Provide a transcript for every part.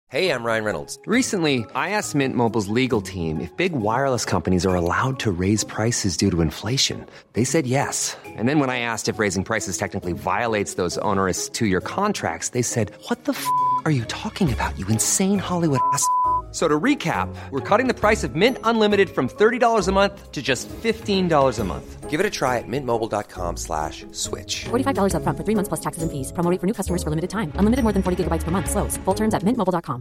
Hey, I'm Ryan Reynolds. Recently, I asked Mint Mobile's legal team if big wireless companies are allowed to raise prices due to inflation. They said yes. And then when I asked if raising prices technically violates those onerous two-year contracts, they said, "What the f*** are you talking about, you insane Hollywood ass?" So to recap, we're cutting the price of Mint Unlimited from $30 a month to just $15 a month. Give it a try at mintmobile.com/switch. $45 up front for 3 months plus taxes and fees. Promo rate for new customers for limited time. Unlimited more than 40 gigabytes per month. Slows full terms at mintmobile.com.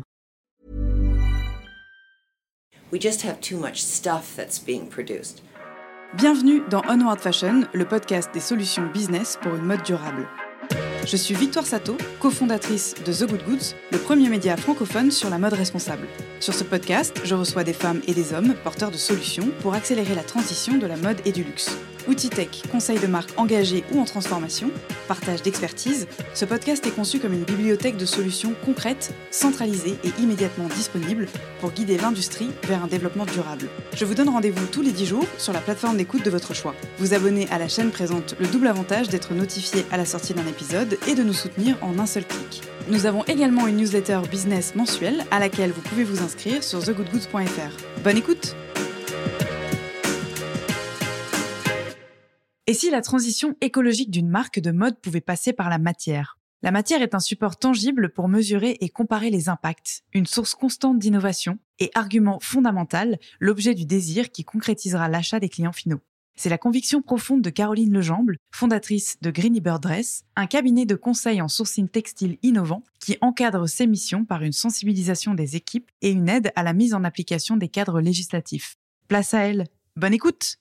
We just have too much stuff that's being produced. Bienvenue dans Onward Fashion, le podcast des solutions business pour une mode durable. Je suis Victoire Sato, cofondatrice de The Good Goods, le premier média francophone sur la mode responsable. Sur ce podcast, je reçois des femmes et des hommes porteurs de solutions pour accélérer la transition de la mode et du luxe. Outils tech, conseils de marques engagées ou en transformation, partage d'expertise, ce podcast est conçu comme une bibliothèque de solutions concrètes, centralisées et immédiatement disponibles pour guider l'industrie vers un développement durable. Je vous donne rendez-vous tous les 10 jours sur la plateforme d'écoute de votre choix. Vous abonner à la chaîne présente le double avantage d'être notifié à la sortie d'un épisode et de nous soutenir en un seul clic. Nous avons également une newsletter business mensuelle à laquelle vous pouvez vous inscrire sur thegoodgoods.fr. Bonne écoute! Et si la transition écologique d'une marque de mode pouvait passer par la matière ? La matière est un support tangible pour mesurer et comparer les impacts, une source constante d'innovation et argument fondamental, l'objet du désir qui concrétisera l'achat des clients finaux. C'est la conviction profonde de Caroline Legemble, fondatrice de Greeny Bird Dress, un cabinet de conseil en sourcing textile innovant qui encadre ses missions par une sensibilisation des équipes et une aide à la mise en application des cadres législatifs. Place à elle. Bonne écoute!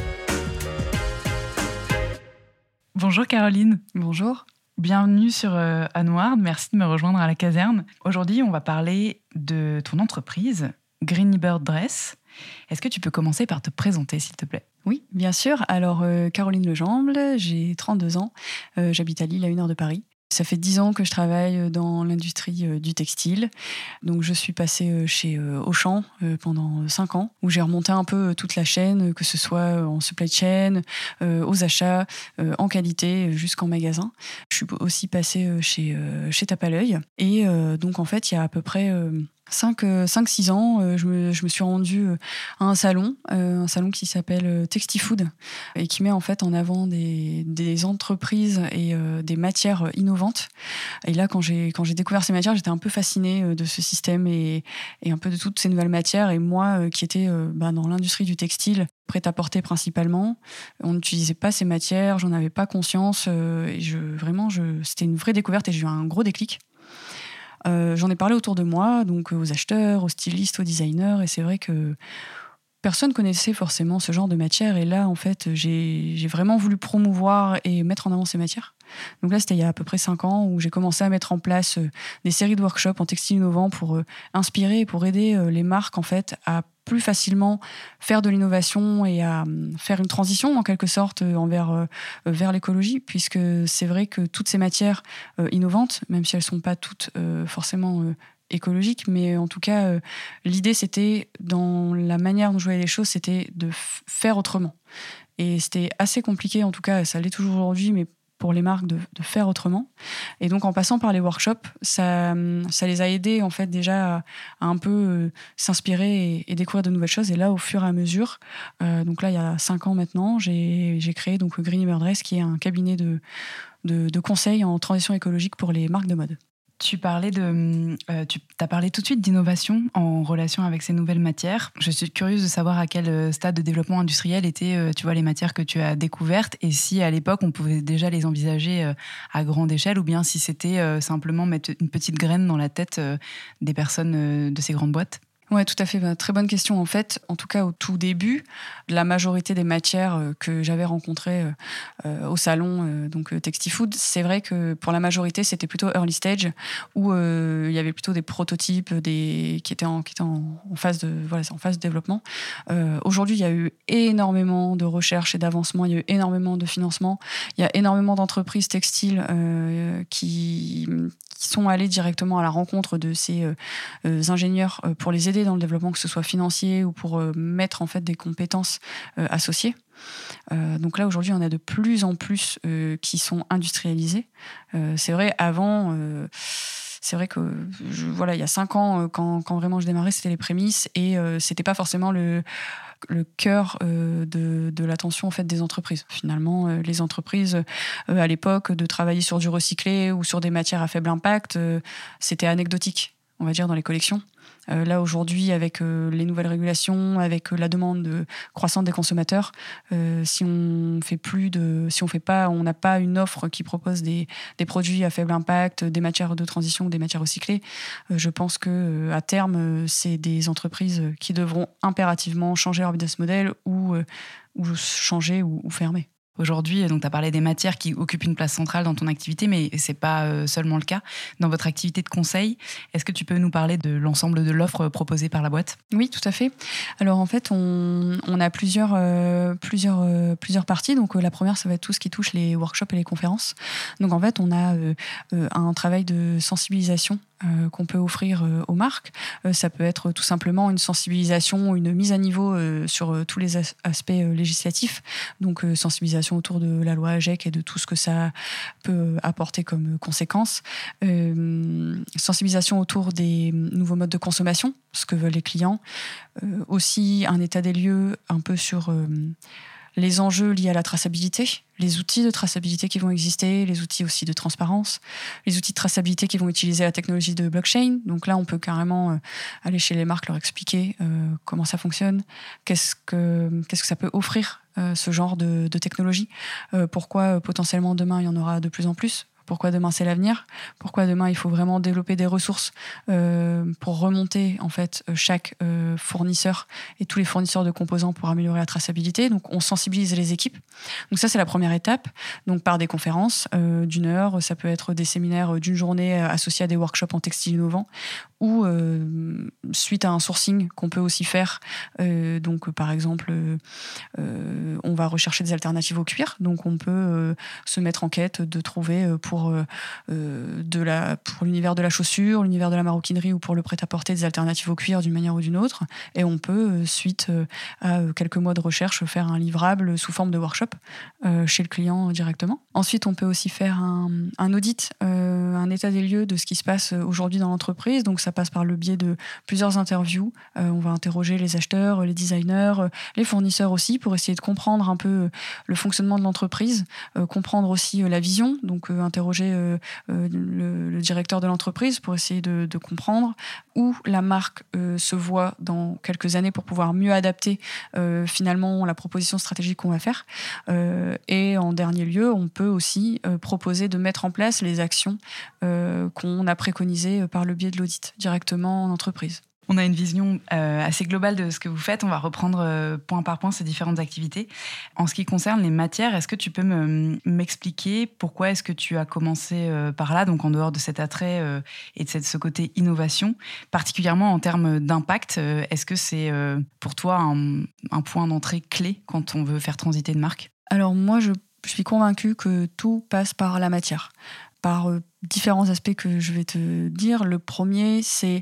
Bonjour Caroline. Bonjour. Bienvenue sur Onward, merci de me rejoindre à la caserne. Aujourd'hui, on va parler de ton entreprise, Greeny Bird Dress. Est-ce que tu peux commencer par te présenter, s'il te plaît ? Oui, bien sûr. Alors, Caroline Legemble, j'ai 32 ans, j'habite à Lille, à 1 heure de Paris. Ça fait 10 ans que je travaille dans l'industrie du textile. Donc, je suis passée chez Auchan pendant 5 ans, où j'ai remonté un peu toute la chaîne, que ce soit en supply chain, aux achats, en qualité, jusqu'en magasin. Je suis aussi passée chez Tape à l'œil. Et donc, en fait, il y a à peu près 5-6 ans, je me suis rendue à un salon qui s'appelle Textifood et qui met en fait en avant des entreprises et des matières innovantes. Et là, quand j'ai découvert ces matières, j'étais un peu fascinée de ce système et un peu de toutes ces nouvelles matières. Et moi, qui étais dans l'industrie du textile, prêt-à-porter principalement, on n'utilisait pas ces matières, j'en avais pas conscience. Et c'était une vraie découverte et j'ai eu un gros déclic. J'en ai parlé autour de moi, donc aux acheteurs, aux stylistes, aux designers, et c'est vrai que personne connaissait forcément ce genre de matière. Et là, en fait, j'ai vraiment voulu promouvoir et mettre en avant ces matières. Donc là, c'était il y a à peu près 5 ans où j'ai commencé à mettre en place des séries de workshops en textile innovant pour inspirer et pour aider les marques en fait à plus facilement faire de l'innovation et à faire une transition en quelque sorte vers l'écologie, puisque c'est vrai que toutes ces matières innovantes, même si elles sont pas toutes forcément écologiques, mais en tout cas l'idée c'était, dans la manière dont je voyais les choses, c'était de faire autrement. Et c'était assez compliqué, en tout cas ça l'est toujours aujourd'hui, mais pour les marques de faire autrement. Et donc, en passant par les workshops, ça les a aidés, en fait, déjà à un peu s'inspirer et découvrir de nouvelles choses. Et là, au fur et à mesure, donc là, il y a 5 ans maintenant, j'ai créé donc Greeny Bird Dress, qui est un cabinet de conseils en transition écologique pour les marques de mode. Tu as parlé tout de suite d'innovation en relation avec ces nouvelles matières. Je suis curieuse de savoir à quel stade de développement industriel étaient les matières que tu as découvertes et si à l'époque on pouvait déjà les envisager à grande échelle ou bien si c'était simplement mettre une petite graine dans la tête des personnes de ces grandes boîtes. Ouais, tout à fait. Très bonne question. En fait, en tout cas, au tout début, la majorité des matières que j'avais rencontrées au salon, donc Textifood, c'est vrai que pour la majorité, c'était plutôt early stage, où il y avait plutôt des prototypes qui étaient en phase de développement. Aujourd'hui, il y a eu énormément de recherche et d'avancement, il y a eu énormément de financement, il y a énormément d'entreprises textiles qui sont allés directement à la rencontre de ces ingénieurs pour les aider dans le développement, que ce soit financier ou pour mettre en fait des compétences associées. Donc là, aujourd'hui, on a de plus en plus qui sont industrialisés. C'est vrai, avant, c'est vrai que il y a 5 ans, quand vraiment je démarrais, c'était les prémices et c'était pas forcément le cœur de l'attention en fait des entreprises. Finalement, les entreprises à l'époque, de travailler sur du recyclé ou sur des matières à faible impact, c'était anecdotique, on va dire, dans les collections. Là, aujourd'hui, avec les nouvelles régulations, avec la demande croissante des consommateurs, si on n'a pas une offre qui propose des produits à faible impact, des matières de transition ou des matières recyclées, je pense que à terme, c'est des entreprises qui devront impérativement changer leur business model ou changer ou fermer. Aujourd'hui, donc tu as parlé des matières qui occupent une place centrale dans ton activité, mais ce n'est pas seulement le cas. Dans votre activité de conseil, est-ce que tu peux nous parler de l'ensemble de l'offre proposée par la boîte ? Oui, tout à fait. Alors en fait, on a plusieurs parties. Donc la première, ça va être tout ce qui touche les workshops et les conférences. Donc en fait, on a un travail de sensibilisation qu'on peut offrir aux marques. Ça peut être tout simplement une sensibilisation, une mise à niveau sur tous les aspects législatifs. Donc sensibilisation autour de la loi AGEC et de tout ce que ça peut apporter comme conséquences. Sensibilisation autour des nouveaux modes de consommation, ce que veulent les clients. Aussi un état des lieux un peu sur les enjeux liés à la traçabilité, les outils de traçabilité qui vont exister, les outils aussi de transparence, les outils de traçabilité qui vont utiliser la technologie de blockchain. Donc là, on peut carrément aller chez les marques, leur expliquer comment ça fonctionne, qu'est-ce que ça peut offrir, ce genre de technologie, pourquoi potentiellement demain, il y en aura de plus en plus. Pourquoi demain c'est l'avenir ? Pourquoi demain il faut vraiment développer des ressources pour remonter en fait chaque fournisseur et tous les fournisseurs de composants pour améliorer la traçabilité. Donc on sensibilise les équipes. Donc ça c'est la première étape. Donc par des conférences d'une heure, ça peut être des séminaires d'une journée associés à des workshops en textile innovant ou suite à un sourcing qu'on peut aussi faire. Donc par exemple, on va rechercher des alternatives au cuir. Donc on peut se mettre en quête de trouver pour l'univers de la chaussure, l'univers de la maroquinerie ou pour le prêt-à-porter des alternatives au cuir d'une manière ou d'une autre. Et on peut, suite à quelques mois de recherche, faire un livrable sous forme de workshop chez le client directement. Ensuite, on peut aussi faire un audit, un état des lieux de ce qui se passe aujourd'hui dans l'entreprise. Donc ça passe par le biais de plusieurs interviews. On va interroger les acheteurs, les designers, les fournisseurs aussi, pour essayer de comprendre un peu le fonctionnement de l'entreprise, comprendre aussi la vision, donc interroger le directeur de l'entreprise pour essayer de comprendre où la marque se voit dans quelques années pour pouvoir mieux adapter finalement la proposition stratégique qu'on va faire. Et en dernier lieu, on peut aussi proposer de mettre en place les actions qu'on a préconisées par le biais de l'audit directement en entreprise. On a une vision assez globale de ce que vous faites. On va reprendre point par point ces différentes activités. En ce qui concerne les matières, est-ce que tu peux m'expliquer pourquoi est-ce que tu as commencé par là, donc en dehors de cet attrait et de ce côté innovation, particulièrement en termes d'impact, est-ce que c'est pour toi un point d'entrée clé quand on veut faire transiter une marque ? Alors moi, je suis convaincue que tout passe par la matière. Par différents aspects que je vais te dire. Le premier, c'est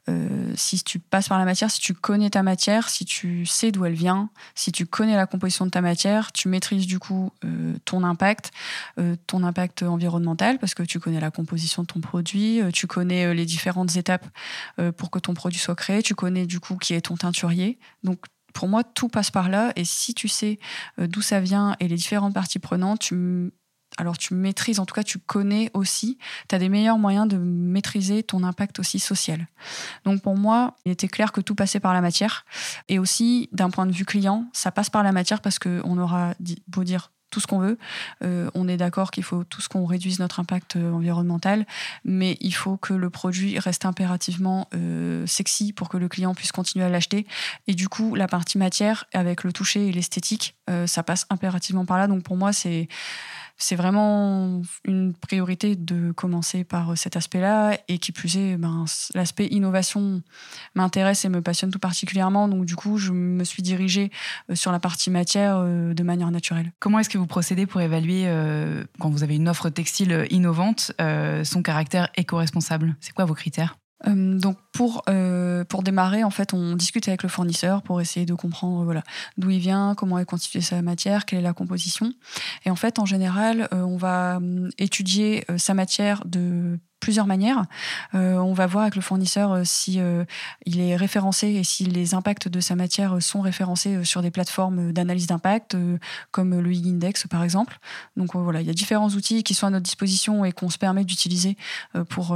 si tu passes par la matière, si tu connais ta matière, si tu sais d'où elle vient, si tu connais la composition de ta matière, tu maîtrises du coup ton impact environnemental, parce que tu connais la composition de ton produit, tu connais les différentes étapes pour que ton produit soit créé, tu connais du coup qui est ton teinturier. Donc pour moi, tout passe par là, et si tu sais d'où ça vient et les différentes parties prenantes, alors tu maîtrises, en tout cas tu connais aussi, tu as des meilleurs moyens de maîtriser ton impact aussi social. Donc pour moi, il était clair que tout passait par la matière. Et aussi, d'un point de vue client, ça passe par la matière parce qu'on aura beau dire tout ce qu'on veut. On est d'accord qu'il faut tous qu'on réduise notre impact environnemental, mais il faut que le produit reste impérativement sexy pour que le client puisse continuer à l'acheter. Et du coup, la partie matière, avec le toucher et l'esthétique, ça passe impérativement par là. Donc pour moi, c'est vraiment une priorité de commencer par cet aspect-là, et qui plus est, l'aspect innovation m'intéresse et me passionne tout particulièrement. Donc du coup, je me suis dirigée sur la partie matière de manière naturelle. Comment est-ce que vous procédez pour évaluer, quand vous avez une offre textile innovante, son caractère éco-responsable ? C'est quoi vos critères ? Donc pour démarrer, en fait, on discute avec le fournisseur pour essayer de comprendre d'où il vient, comment est constituée sa matière, quelle est la composition. Et en fait, en général, on va étudier sa matière de plusieurs manières. On va voir avec le fournisseur si il est référencé et si les impacts de sa matière sont référencés sur des plateformes d'analyse d'impact, comme le Index par exemple. Donc il y a différents outils qui sont à notre disposition et qu'on se permet d'utiliser pour...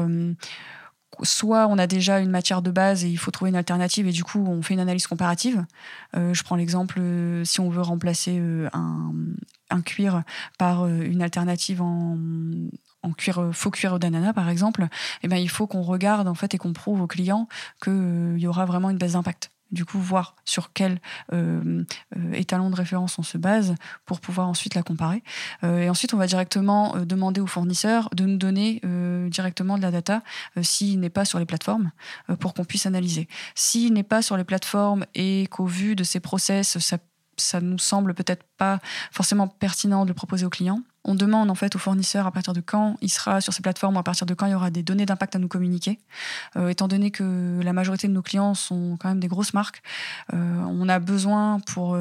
soit on a déjà une matière de base et il faut trouver une alternative et du coup on fait une analyse comparative. Je prends l'exemple, si on veut remplacer un cuir par une alternative en cuir, faux cuir d'ananas par exemple, il faut qu'on regarde en fait et qu'on prouve aux clients qu'il y aura vraiment une baisse d'impact. Du coup, voir sur quel étalon de référence on se base pour pouvoir ensuite la comparer. Et ensuite, on va directement demander au fournisseur de nous donner directement de la data s'il n'est pas sur les plateformes pour qu'on puisse analyser. S'il n'est pas sur les plateformes et qu'au vu de ces process, ça nous semble peut-être pas forcément pertinent de le proposer aux clients. On demande en fait au fournisseur à partir de quand il sera sur ces plateformes ou à partir de quand il y aura des données d'impact à nous communiquer. Étant donné que la majorité de nos clients sont quand même des grosses marques, on a besoin pour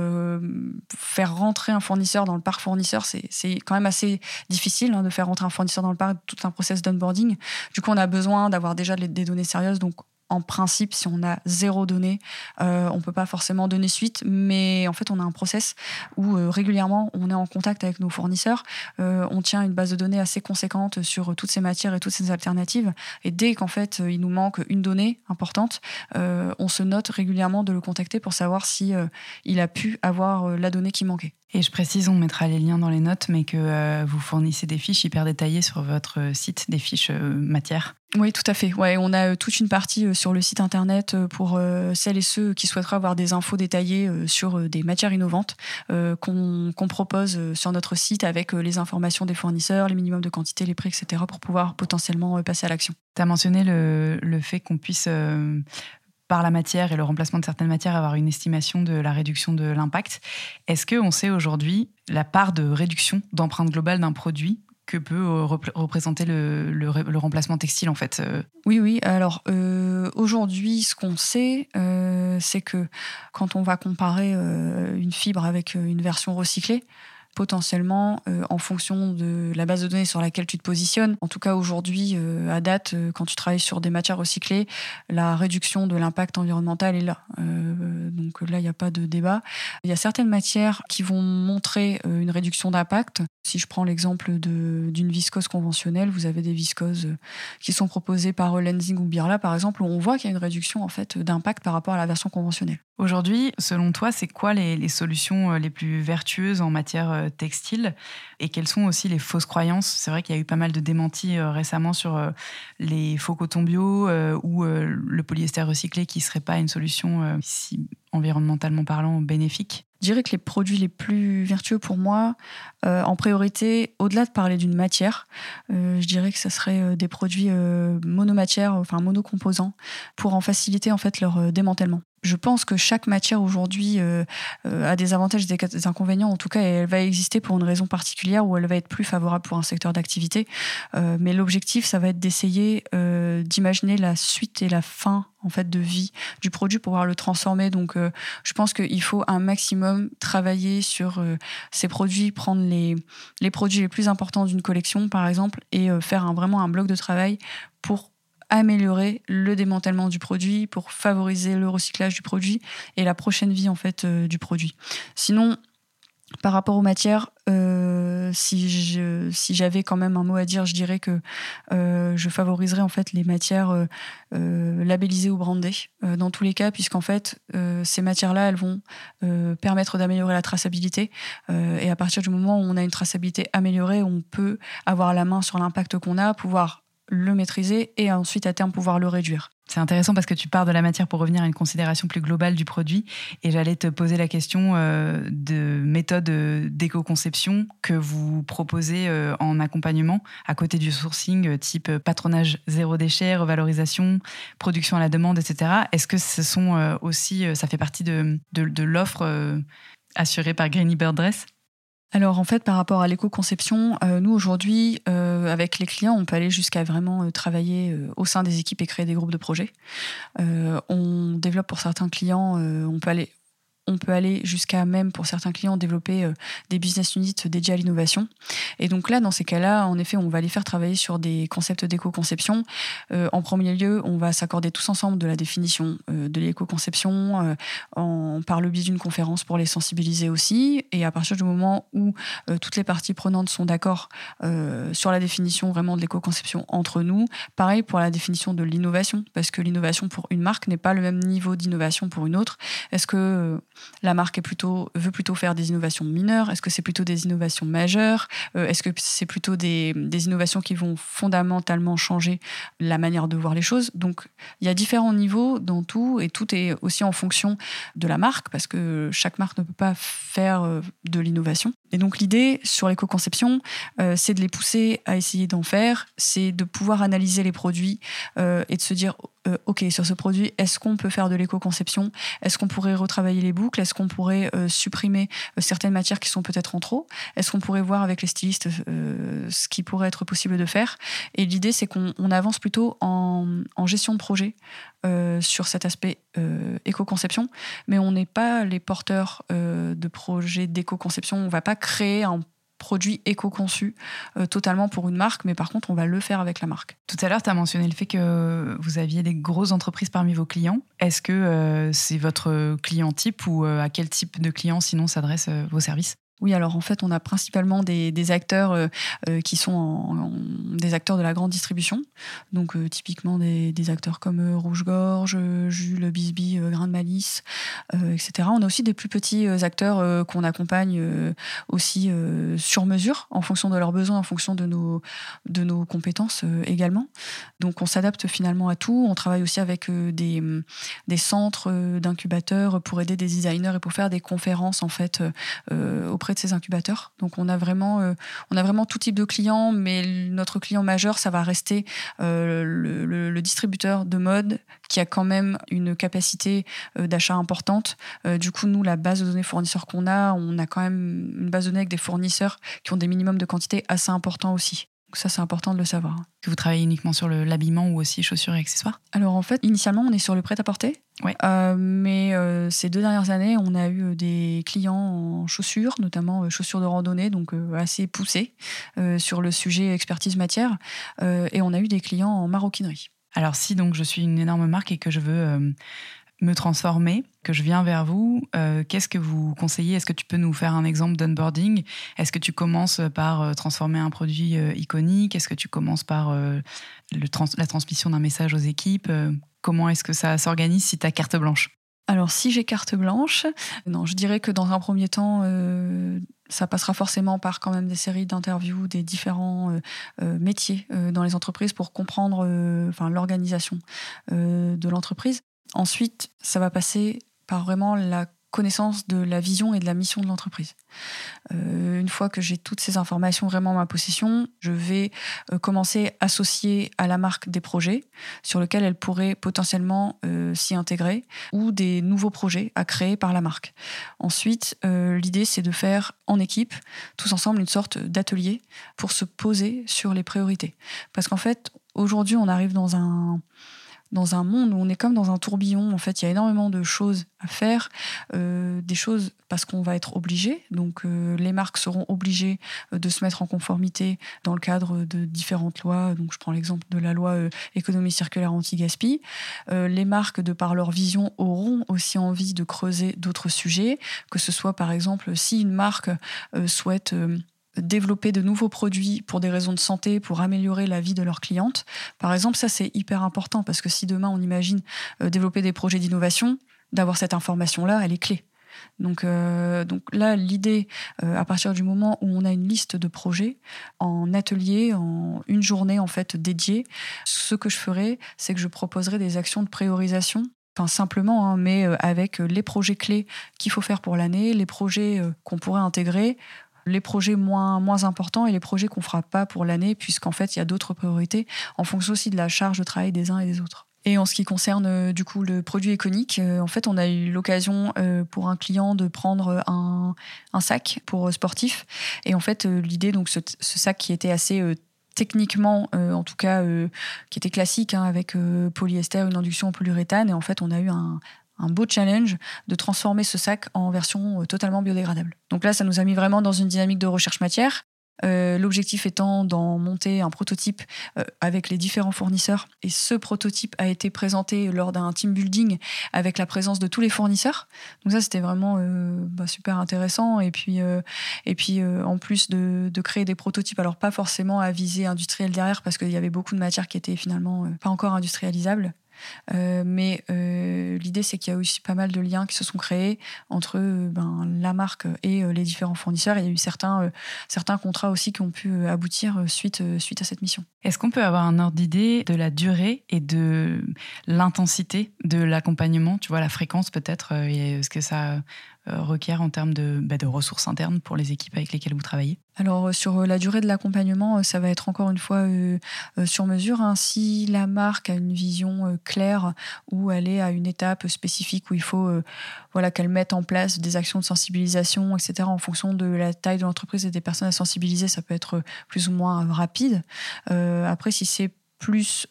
faire rentrer un fournisseur dans le parc fournisseur, c'est quand même assez difficile de faire rentrer un fournisseur dans le parc, tout un process d'onboarding. Du coup, on a besoin d'avoir déjà des données sérieuses, donc en principe, si on a 0 données, on ne peut pas forcément donner suite, mais en fait, on a un process où régulièrement, on est en contact avec nos fournisseurs. On tient une base de données assez conséquente sur toutes ces matières et toutes ces alternatives. Et dès qu'en fait, il nous manque une donnée importante, on se note régulièrement de le contacter pour savoir si il a pu avoir la donnée qui manquait. Et je précise, on mettra les liens dans les notes, mais que vous fournissez des fiches hyper détaillées sur votre site, des fiches matières. Oui, tout à fait. Ouais, on a toute une partie sur le site internet pour celles et ceux qui souhaiteraient avoir des infos détaillées sur des matières innovantes qu'on propose sur notre site avec les informations des fournisseurs, les minimums de quantité, les prix, etc. pour pouvoir potentiellement passer à l'action. Tu as mentionné le fait qu'on puisse... par la matière et le remplacement de certaines matières, avoir une estimation de la réduction de l'impact. Est-ce qu'on sait aujourd'hui la part de réduction d'empreinte globale d'un produit que peut représenter le remplacement textile, en fait? Oui. Alors, aujourd'hui, ce qu'on sait, c'est que quand on va comparer une fibre avec une version recyclée, potentiellement, en fonction de la base de données sur laquelle tu te positionnes. En tout cas, aujourd'hui, à date, quand tu travailles sur des matières recyclées, la réduction de l'impact environnemental est là. Donc là, il n'y a pas de débat. Il y a certaines matières qui vont montrer une réduction d'impact. Si je prends l'exemple d'une viscose conventionnelle, vous avez des viscoses qui sont proposées par Lenzing ou Birla, par exemple, où on voit qu'il y a une réduction en fait, d'impact par rapport à la version conventionnelle. Aujourd'hui, selon toi, c'est quoi les solutions les plus vertueuses en matière textile et quelles sont aussi les fausses croyances? C'est vrai qu'il y a eu pas mal de démentis récemment sur les faux cotons bio ou le polyester recyclé qui ne serait pas une solution si environnementalement parlant bénéfique. Je dirais que les produits les plus vertueux pour moi, en priorité, au-delà de parler d'une matière, je dirais que ce serait des produits monomatières, enfin monocomposants, pour en faciliter en fait leur démantèlement. Je pense que chaque matière aujourd'hui a des avantages et des inconvénients. En tout cas, elle va exister pour une raison particulière où elle va être plus favorable pour un secteur d'activité. Mais l'objectif, ça va être d'essayer d'imaginer la suite et la fin en fait de vie du produit pour pouvoir le transformer. Donc, je pense qu'il faut un maximum travailler sur ces produits, prendre les produits les plus importants d'une collection, par exemple, et faire vraiment un bloc de travail pour améliorer le démantèlement du produit, pour favoriser le recyclage du produit et la prochaine vie en fait du produit. Sinon, par rapport aux matières, si j'avais quand même un mot à dire, je dirais que je favoriserais en fait les matières labellisées ou brandées dans tous les cas, puisqu'en fait ces matières-là, elles vont permettre d'améliorer la traçabilité et à partir du moment où on a une traçabilité améliorée, on peut avoir la main sur l'impact qu'on a, pouvoir le maîtriser et ensuite à terme pouvoir le réduire. C'est intéressant parce que tu pars de la matière pour revenir à une considération plus globale du produit et j'allais te poser la question de méthode d'éco-conception que vous proposez en accompagnement à côté du sourcing type patronage zéro déchet, revalorisation, production à la demande, etc. Est-ce que ce sont aussi, ça fait partie de l'offre assurée par Greeny Bird Dress ? Alors en fait, par rapport à l'éco-conception, nous aujourd'hui, avec les clients, on peut aller jusqu'à vraiment travailler au sein des équipes et créer des groupes de projets. On développe pour certains clients, on peut aller jusqu'à même, pour certains clients, développer des business units dédiés à l'innovation. Et donc là, dans ces cas-là, en effet, on va les faire travailler sur des concepts d'éco-conception. En premier lieu, on va s'accorder tous ensemble de la définition de l'éco-conception par le biais d'une conférence pour les sensibiliser aussi. Et à partir du moment où toutes les parties prenantes sont d'accord sur la définition vraiment de l'éco-conception entre nous, pareil pour la définition de l'innovation, parce que l'innovation pour une marque n'est pas le même niveau d'innovation pour une autre. Est-ce que la marque veut plutôt faire des innovations mineures? Est-ce que c'est plutôt des innovations majeures? Est-ce que c'est plutôt des innovations qui vont fondamentalement changer la manière de voir les choses? Donc, il y a différents niveaux dans tout, et tout est aussi en fonction de la marque, parce que chaque marque ne peut pas faire de l'innovation. Et donc, l'idée sur l'éco-conception, c'est de les pousser à essayer d'en faire, c'est de pouvoir analyser les produits et de se dire ok, sur ce produit, est-ce qu'on peut faire de l'éco-conception? Est-ce qu'on pourrait retravailler les boucles? Est-ce qu'on pourrait supprimer certaines matières qui sont peut-être en trop? Est-ce qu'on pourrait voir avec les stylistes ce qui pourrait être possible de faire? Et l'idée, c'est qu'on avance plutôt en gestion de projet sur cet aspect éco-conception, mais on n'est pas les porteurs de projets d'éco-conception. On ne va pas créer un produit éco-conçu totalement pour une marque, mais par contre, on va le faire avec la marque. Tout à l'heure, tu as mentionné le fait que vous aviez des grosses entreprises parmi vos clients. Est-ce que c'est votre client type, ou à quel type de client sinon s'adressent vos services? Oui, alors en fait, on a principalement des acteurs qui sont des acteurs de la grande distribution. Donc typiquement des acteurs comme Rouge-Gorge, Jules, Bisbee, Grain de Malice, etc. On a aussi des plus petits acteurs qu'on accompagne aussi sur mesure, en fonction de leurs besoins, en fonction de nos compétences également. Donc on s'adapte finalement à tout. On travaille aussi avec des centres d'incubateurs pour aider des designers et pour faire des conférences en fait auprès de ces incubateurs. Donc on a vraiment tout type de clients, mais notre client majeur, ça va rester le distributeur de mode qui a quand même une capacité d'achat importante. Du coup, nous, la base de données fournisseurs qu'on a, on a quand même une base de données avec des fournisseurs qui ont des minimums de quantité assez importants aussi. Donc ça, c'est important de le savoir. Que vous travaillez uniquement sur l'habillement ou aussi chaussures et accessoires? Alors en fait, initialement, on est sur le prêt-à-porter. Ouais. Mais ces 2 dernières années, on a eu des clients en chaussures, notamment chaussures de randonnée, donc assez poussés sur le sujet expertise matière. Et on a eu des clients en maroquinerie. Alors si donc je suis une énorme marque et que je veux me transformer, que je viens vers vous, qu'est-ce que vous conseillez? Est-ce que tu peux nous faire un exemple d'onboarding? Est-ce que tu commences par transformer un produit iconique? Est-ce que tu commences par la transmission d'un message aux équipes? Comment est-ce que ça s'organise si tu as carte blanche? Alors, si j'ai carte blanche, non, je dirais que dans un premier temps, ça passera forcément par quand même des séries d'interviews des différents métiers dans les entreprises pour comprendre l'organisation de l'entreprise. Ensuite, ça va passer par vraiment la connaissance de la vision et de la mission de l'entreprise. Une fois que j'ai toutes ces informations vraiment en ma possession, je vais commencer à associer à la marque des projets sur lesquels elle pourrait potentiellement s'y intégrer, ou des nouveaux projets à créer par la marque. Ensuite, l'idée, c'est de faire en équipe, tous ensemble, une sorte d'atelier pour se poser sur les priorités. Parce qu'en fait, aujourd'hui, on arrive dans un monde où on est comme dans un tourbillon. En fait, il y a énormément de choses à faire, des choses parce qu'on va être obligé. Donc, les marques seront obligées de se mettre en conformité dans le cadre de différentes lois. Donc, je prends l'exemple de la loi économie circulaire anti-gaspi. Les marques, de par leur vision, auront aussi envie de creuser d'autres sujets, que ce soit, par exemple, si une marque souhaite développer de nouveaux produits pour des raisons de santé, pour améliorer la vie de leurs clientes. Par exemple, ça, c'est hyper important, parce que si demain, on imagine développer des projets d'innovation, d'avoir cette information-là, elle est clé. Donc là, l'idée, à partir du moment où on a une liste de projets en atelier, en une journée en fait dédiée, ce que je ferai, c'est que je proposerai des actions de priorisation. Enfin, simplement, mais avec les projets clés qu'il faut faire pour l'année, les projets qu'on pourrait intégrer, les projets moins importants et les projets qu'on ne fera pas pour l'année, puisqu'en fait, il y a d'autres priorités en fonction aussi de la charge de travail des uns et des autres. Et en ce qui concerne du coup le produit iconique, en fait, on a eu l'occasion pour un client de prendre un sac pour sportif. Et en fait, l'idée, donc ce sac qui était assez techniquement, en tout cas, qui était classique, avec polyester, une induction en polyuréthane. Et en fait, on a eu un beau challenge de transformer ce sac en version totalement biodégradable. Donc là, ça nous a mis vraiment dans une dynamique de recherche matière. L'objectif étant d'en monter un prototype avec les différents fournisseurs. Et ce prototype a été présenté lors d'un team building avec la présence de tous les fournisseurs. Donc ça, c'était vraiment super intéressant. Et puis en plus de créer des prototypes, alors pas forcément à visée industrielle derrière, parce qu'il y avait beaucoup de matières qui étaient finalement pas encore industrialisables. Mais l'idée, c'est qu'il y a aussi pas mal de liens qui se sont créés entre la marque et les différents fournisseurs. Il y a eu certains contrats aussi qui ont pu aboutir suite à cette mission. Est-ce qu'on peut avoir un ordre d'idée de la durée et de l'intensité de l'accompagnement, tu vois, la fréquence peut-être, et ce que ça requiert en termes de ressources internes pour les équipes avec lesquelles vous travaillez? Alors, sur la durée de l'accompagnement, ça va être encore une fois sur mesure. Si la marque a une vision claire, où elle est à une étape spécifique, où il faut qu'elle mette en place des actions de sensibilisation, etc., en fonction de la taille de l'entreprise et des personnes à sensibiliser, ça peut être plus ou moins rapide. Après, si c'est plus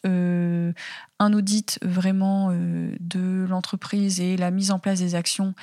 un audit vraiment de l'entreprise et la mise en place des actions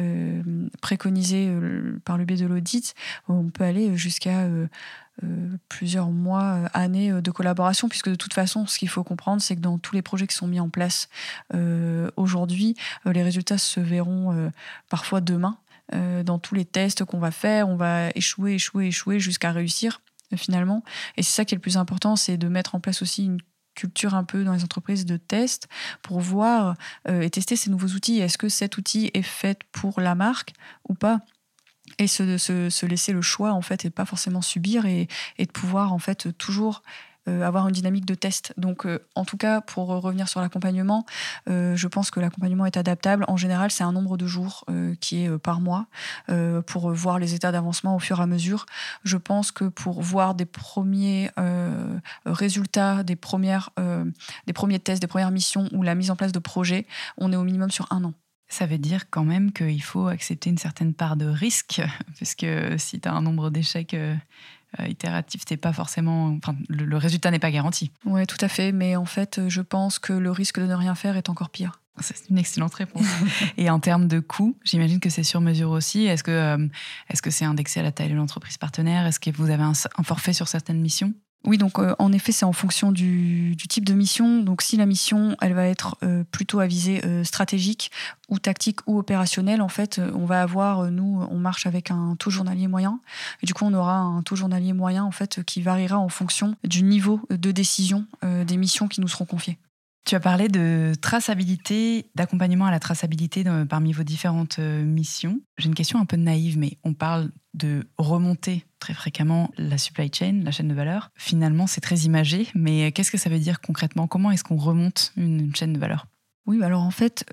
préconisées par le biais de l'audit, on peut aller jusqu'à plusieurs mois, années de collaboration, puisque de toute façon, ce qu'il faut comprendre, c'est que dans tous les projets qui sont mis en place aujourd'hui, les résultats se verront parfois demain. Dans tous les tests qu'on va faire, on va échouer jusqu'à réussir. Finalement. Et c'est ça qui est le plus important, c'est de mettre en place aussi une culture un peu dans les entreprises de test pour voir et tester ces nouveaux outils. Est-ce que cet outil est fait pour la marque ou pas? Et se laisser le choix, en fait, et pas forcément subir, et de pouvoir, en fait, toujours avoir une dynamique de test. Donc, en tout cas, pour revenir sur l'accompagnement, je pense que l'accompagnement est adaptable. En général, c'est un nombre de jours qui est par mois pour voir les états d'avancement au fur et à mesure. Je pense que pour voir des premiers résultats, des premiers tests, des premières missions ou la mise en place de projets, on est au minimum sur 1 an. Ça veut dire quand même qu'il faut accepter une certaine part de risque, puisque si tu as un nombre d'échecs itératif, c'est pas forcément, le résultat n'est pas garanti. Oui, tout à fait, mais en fait, je pense que le risque de ne rien faire est encore pire. C'est une excellente réponse. Et en termes de coûts, j'imagine que c'est sur mesure aussi. Est-ce que c'est indexé à la taille de l'entreprise partenaire? Est-ce que vous avez un forfait sur certaines missions? Oui, donc en effet, c'est en fonction du type de mission. Donc si la mission, elle va être plutôt à visée stratégique ou tactique ou opérationnelle, en fait, on va avoir, nous, on marche avec un taux journalier moyen. Et du coup, on aura un taux journalier moyen, en fait, qui variera en fonction du niveau de décision des missions qui nous seront confiées. Tu as parlé de traçabilité, d'accompagnement à la traçabilité parmi vos différentes missions. J'ai une question un peu naïve, mais on parle de remonter très fréquemment la supply chain, la chaîne de valeur. Finalement, c'est très imagé, mais qu'est-ce que ça veut dire concrètement? Comment est-ce qu'on remonte une chaîne de valeur? Oui, alors en fait,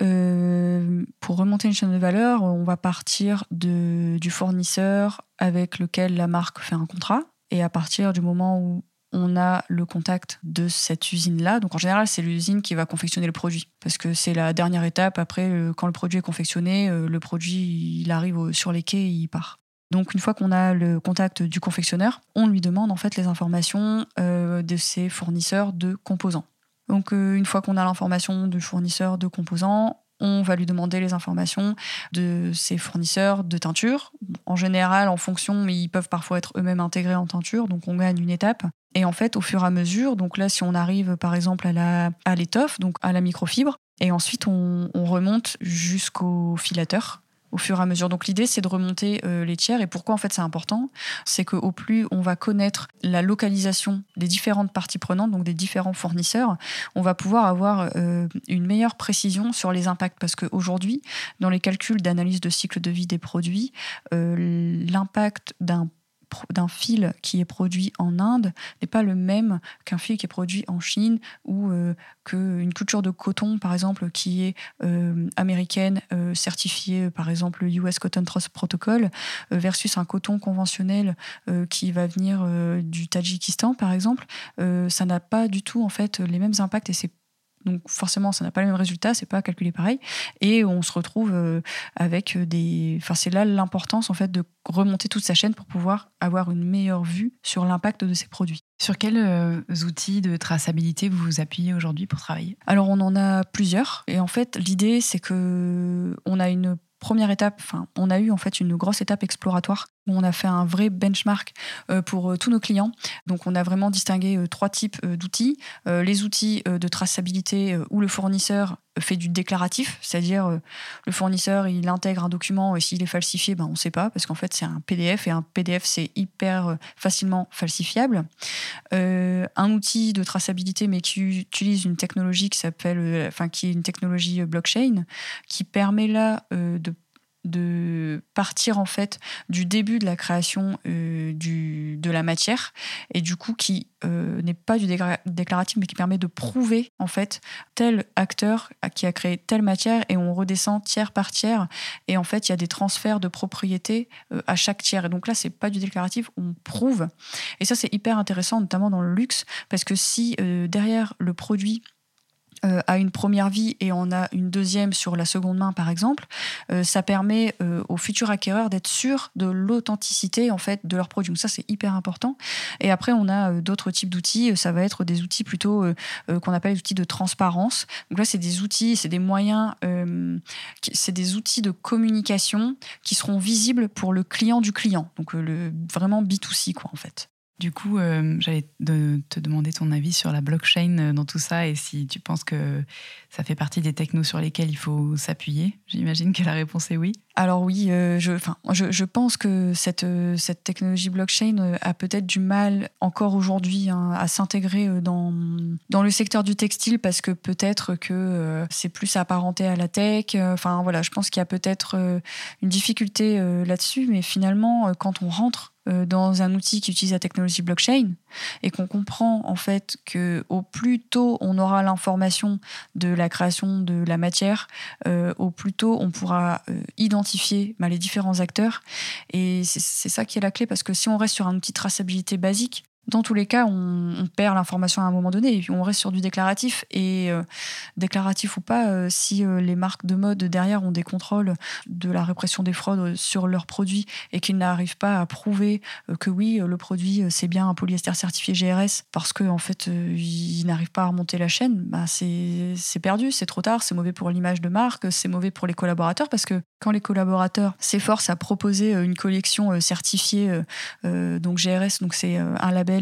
pour remonter une chaîne de valeur, on va partir du fournisseur avec lequel la marque fait un contrat. Et à partir du moment où on a le contact de cette usine-là. Donc en général, c'est l'usine qui va confectionner le produit, parce que c'est la dernière étape. Après, quand le produit est confectionné, le produit, il arrive sur les quais et il part. Donc une fois qu'on a le contact du confectionneur, on lui demande en fait les informations de ses fournisseurs de composants. Donc une fois qu'on a l'information du fournisseur de composants, on va lui demander les informations de ses fournisseurs de teinture. En général, en fonction, ils peuvent parfois être eux-mêmes intégrés en teinture, donc on gagne une étape. Et en fait, au fur et à mesure, donc là, si on arrive par exemple à l'étoffe, donc à la microfibre, et ensuite on remonte jusqu'au filateur, au fur et à mesure. Donc l'idée, c'est de remonter les tiers. Et pourquoi en fait c'est important? C'est qu'au plus on va connaître la localisation des différentes parties prenantes, donc des différents fournisseurs, on va pouvoir avoir une meilleure précision sur les impacts. Parce qu'aujourd'hui, dans les calculs d'analyse de cycle de vie des produits, l'impact d'un fil qui est produit en Inde n'est pas le même qu'un fil qui est produit en Chine, ou qu'une culture de coton, par exemple, qui est américaine, certifiée par exemple le US Cotton Trust Protocol, versus un coton conventionnel qui va venir du Tadjikistan, par exemple. Ça n'a pas du tout en fait les mêmes impacts, et c'est Donc forcément, ça n'a pas le même résultat, c'est pas calculé pareil. Et on se retrouve avec c'est là l'importance en fait de remonter toute sa chaîne pour pouvoir avoir une meilleure vue sur l'impact de ces produits. Sur quels outils de traçabilité vous vous appuyez aujourd'hui pour travailler ? Alors on en a plusieurs. Et en fait, l'idée, c'est que on a une première étape, on a eu en fait une grosse étape exploratoire où on a fait un vrai benchmark pour tous nos clients. Donc on a vraiment distingué 3 types d'outils. Les outils de traçabilité où le fournisseur fait du déclaratif, c'est-à-dire le fournisseur il intègre un document et s'il est falsifié, on ne sait pas parce qu'en fait c'est un PDF et un PDF c'est hyper facilement falsifiable. Un outil de traçabilité mais qui utilise une technologie qui est une technologie blockchain qui permet là de partir en fait du début de la création de la matière et du coup qui n'est pas du déclaratif mais qui permet de prouver en fait tel acteur qui a créé telle matière et on redescend tiers par tiers et en fait il y a des transferts de propriété à chaque tiers et donc là c'est pas du déclaratif, on prouve et ça c'est hyper intéressant notamment dans le luxe parce que si derrière le produit a une première vie et on a une deuxième sur la seconde main par exemple, ça permet aux futurs acquéreurs d'être sûrs de l'authenticité en fait de leur produit. Donc ça c'est hyper important. Et après on a d'autres types d'outils, ça va être des outils plutôt qu'on appelle les outils de transparence. Donc là c'est des outils, c'est des moyens, c'est des outils de communication qui seront visibles pour le client du client. Donc vraiment B2C quoi en fait. Du coup, j'allais te demander ton avis sur la blockchain dans tout ça et si tu penses que ça fait partie des technos sur lesquels il faut s'appuyer. J'imagine que la réponse est oui. Alors oui, je pense que cette technologie blockchain a peut-être du mal encore aujourd'hui à s'intégrer dans le secteur du textile parce que peut-être que c'est plus apparenté à la tech. Je pense qu'il y a peut-être une difficulté là-dessus, mais finalement, quand on rentre dans un outil qui utilise la technologie blockchain et qu'on comprend en fait que au plus tôt on aura l'information de la création de la matière, au plus tôt on pourra identifier les différents acteurs et c'est ça qui est la clé parce que si on reste sur un outil de traçabilité basique, dans tous les cas, on perd l'information à un moment donné et puis on reste sur du déclaratif. Et déclaratif ou pas, si les marques de mode derrière ont des contrôles de la répression des fraudes sur leurs produits et qu'ils n'arrivent pas à prouver que oui, le produit c'est bien un polyester certifié GRS parce qu'en fait ils n'arrivent pas à remonter la chaîne, c'est perdu, c'est trop tard, c'est mauvais pour l'image de marque, c'est mauvais pour les collaborateurs parce que quand les collaborateurs s'efforcent à proposer une collection certifiée, donc GRS, donc c'est un label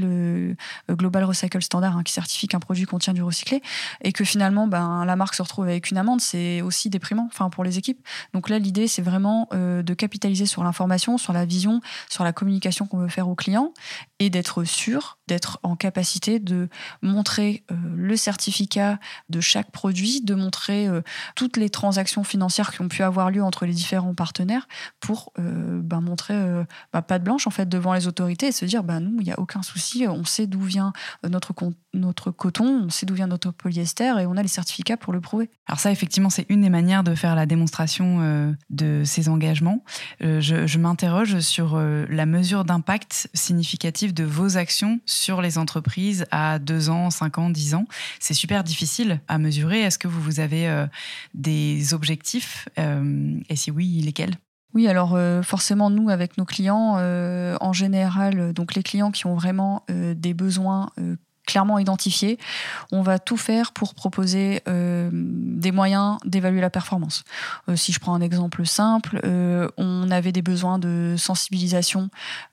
Global Recycle Standard qui certifie qu'un produit contient du recyclé et que finalement la marque se retrouve avec une amende, c'est aussi déprimant pour les équipes. Donc là l'idée c'est vraiment de capitaliser sur l'information, sur la vision, sur la communication qu'on veut faire aux clients et d'être sûr, d'être en capacité de montrer le certificat de chaque produit, de montrer toutes les transactions financières qui ont pu avoir lieu entre les différents partenaires pour montrer patte blanche en fait devant les autorités et se dire nous il n'y a aucun souci, on sait d'où vient notre coton, on sait d'où vient notre polyester et on a les certificats pour le prouver. Alors ça effectivement c'est une des manières de faire la démonstration de ces engagements. Je m'interroge sur la mesure d'impact significatif de vos actions sur les entreprises à 2 ans, 5 ans, 10 ans. C'est super difficile à mesurer. Est-ce que vous avez des objectifs et si oui, lesquels ? Oui, alors forcément, nous, avec nos clients, en général, donc les clients qui ont vraiment des besoins clairement identifiés, on va tout faire pour proposer des moyens d'évaluer la performance. Si je prends un exemple simple, on avait des besoins de sensibilisation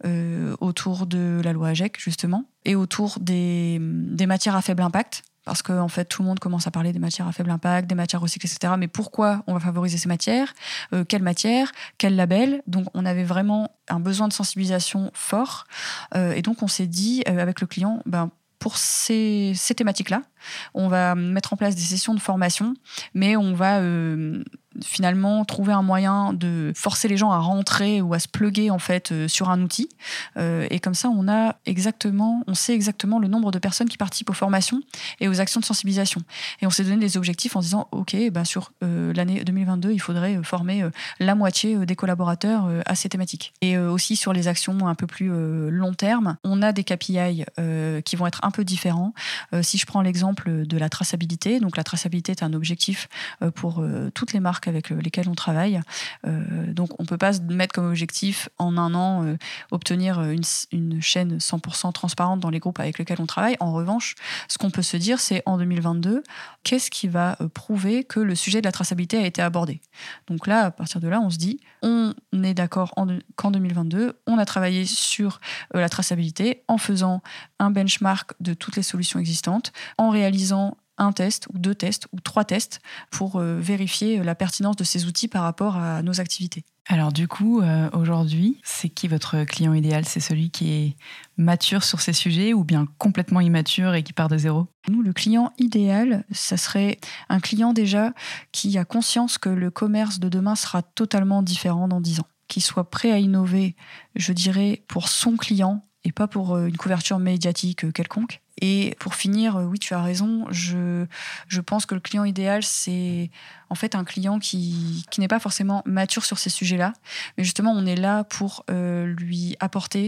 autour de la loi AGEC, justement, et autour des matières à faible impact. Parce qu'en fait, tout le monde commence à parler des matières à faible impact, des matières recyclées, etc. Mais pourquoi on va favoriser ces matières ? Quelle matière ? Quel label ? Donc, on avait vraiment un besoin de sensibilisation fort. Et donc, on s'est dit, avec le client, pour ces thématiques-là, on va mettre en place des sessions de formation, mais on va finalement trouver un moyen de forcer les gens à rentrer ou à se plugger en fait sur un outil. Et comme ça, on sait exactement le nombre de personnes qui participent aux formations et aux actions de sensibilisation. Et on s'est donné des objectifs en se disant, OK, sur l'année 2022, il faudrait former la moitié des collaborateurs à ces thématiques. Et aussi sur les actions un peu plus long terme, on a des KPI qui vont être un peu différents. Si je prends l'exemple de la traçabilité, donc la traçabilité est un objectif pour toutes les marques avec lesquelles on travaille. Donc on ne peut pas se mettre comme objectif en un an obtenir une chaîne 100% transparente dans les groupes avec lesquels on travaille. En revanche, ce qu'on peut se dire, c'est en 2022, qu'est-ce qui va prouver que le sujet de la traçabilité a été abordé. Donc là, à partir de là, on se dit, on est d'accord qu'en 2022, on a travaillé sur la traçabilité en faisant un benchmark de toutes les solutions existantes, en réalisant un test ou 2 tests ou 3 tests pour vérifier la pertinence de ces outils par rapport à nos activités. Alors du coup, aujourd'hui, c'est qui votre client idéal ? C'est celui qui est mature sur ces sujets ou bien complètement immature et qui part de zéro ? Nous, le client idéal, ça serait un client déjà qui a conscience que le commerce de demain sera totalement différent dans 10 ans. Qui soit prêt à innover, je dirais, pour son client et pas pour une couverture médiatique quelconque. Et pour finir, oui, tu as raison, je pense que le client idéal, c'est en fait un client qui n'est pas forcément mature sur ces sujets-là, mais justement, on est là pour lui apporter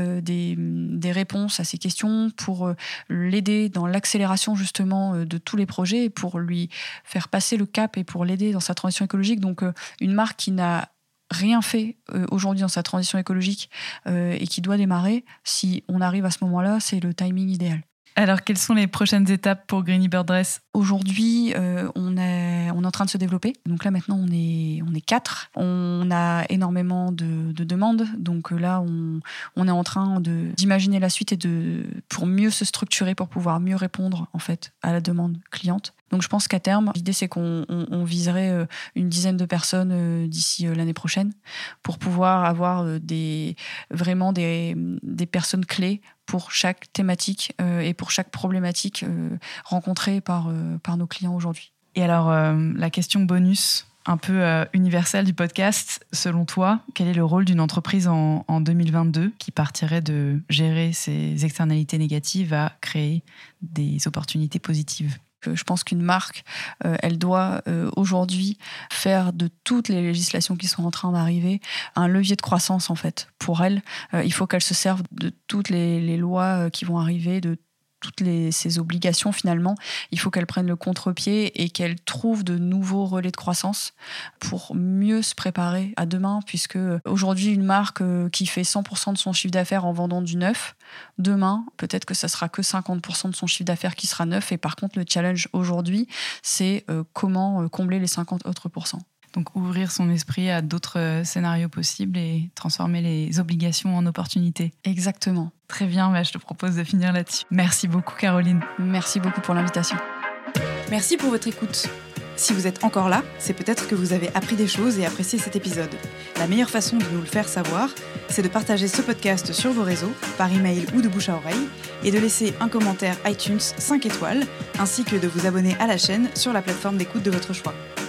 des réponses à ses questions, pour l'aider dans l'accélération justement de tous les projets, pour lui faire passer le cap et pour l'aider dans sa transition écologique. Donc, une marque qui n'a rien fait aujourd'hui dans sa transition écologique et qui doit démarrer, si on arrive à ce moment-là, c'est le timing idéal. Alors, quelles sont les prochaines étapes pour Greeny Bird Dress ? Aujourd'hui, on est en train de se développer. Donc là, maintenant, on est 4. On a énormément de demandes. Donc là, on est en train d'imaginer la suite pour mieux se structurer, pour pouvoir mieux répondre en fait à la demande cliente. Donc je pense qu'à terme, l'idée c'est qu'on viserait une dizaine de personnes d'ici l'année prochaine pour pouvoir avoir vraiment des personnes clés pour chaque thématique et pour chaque problématique rencontrée par nos clients aujourd'hui. Et alors, la question bonus un peu universelle du podcast, selon toi, quel est le rôle d'une entreprise en 2022 qui partirait de gérer ses externalités négatives à créer des opportunités positives ? Je pense qu'une marque, elle doit aujourd'hui faire de toutes les législations qui sont en train d'arriver un levier de croissance en fait. Pour elle, il faut qu'elle se serve de toutes les lois qui vont arriver, de toutes ces obligations finalement. Il faut qu'elle prenne le contre-pied et qu'elle trouve de nouveaux relais de croissance pour mieux se préparer à demain, puisque aujourd'hui une marque qui fait 100% de son chiffre d'affaires en vendant du neuf, demain peut-être que ça sera que 50% de son chiffre d'affaires qui sera neuf, et par contre le challenge aujourd'hui c'est comment combler les 50 autres %. Donc ouvrir son esprit à d'autres scénarios possibles et transformer les obligations en opportunités. Exactement. Très bien, je te propose de finir là-dessus. Merci beaucoup Caroline. Merci beaucoup pour l'invitation. Merci pour votre écoute. Si vous êtes encore là, c'est peut-être que vous avez appris des choses et apprécié cet épisode. La meilleure façon de nous le faire savoir, c'est de partager ce podcast sur vos réseaux, par email ou de bouche à oreille, et de laisser un commentaire iTunes 5 étoiles, ainsi que de vous abonner à la chaîne sur la plateforme d'écoute de votre choix.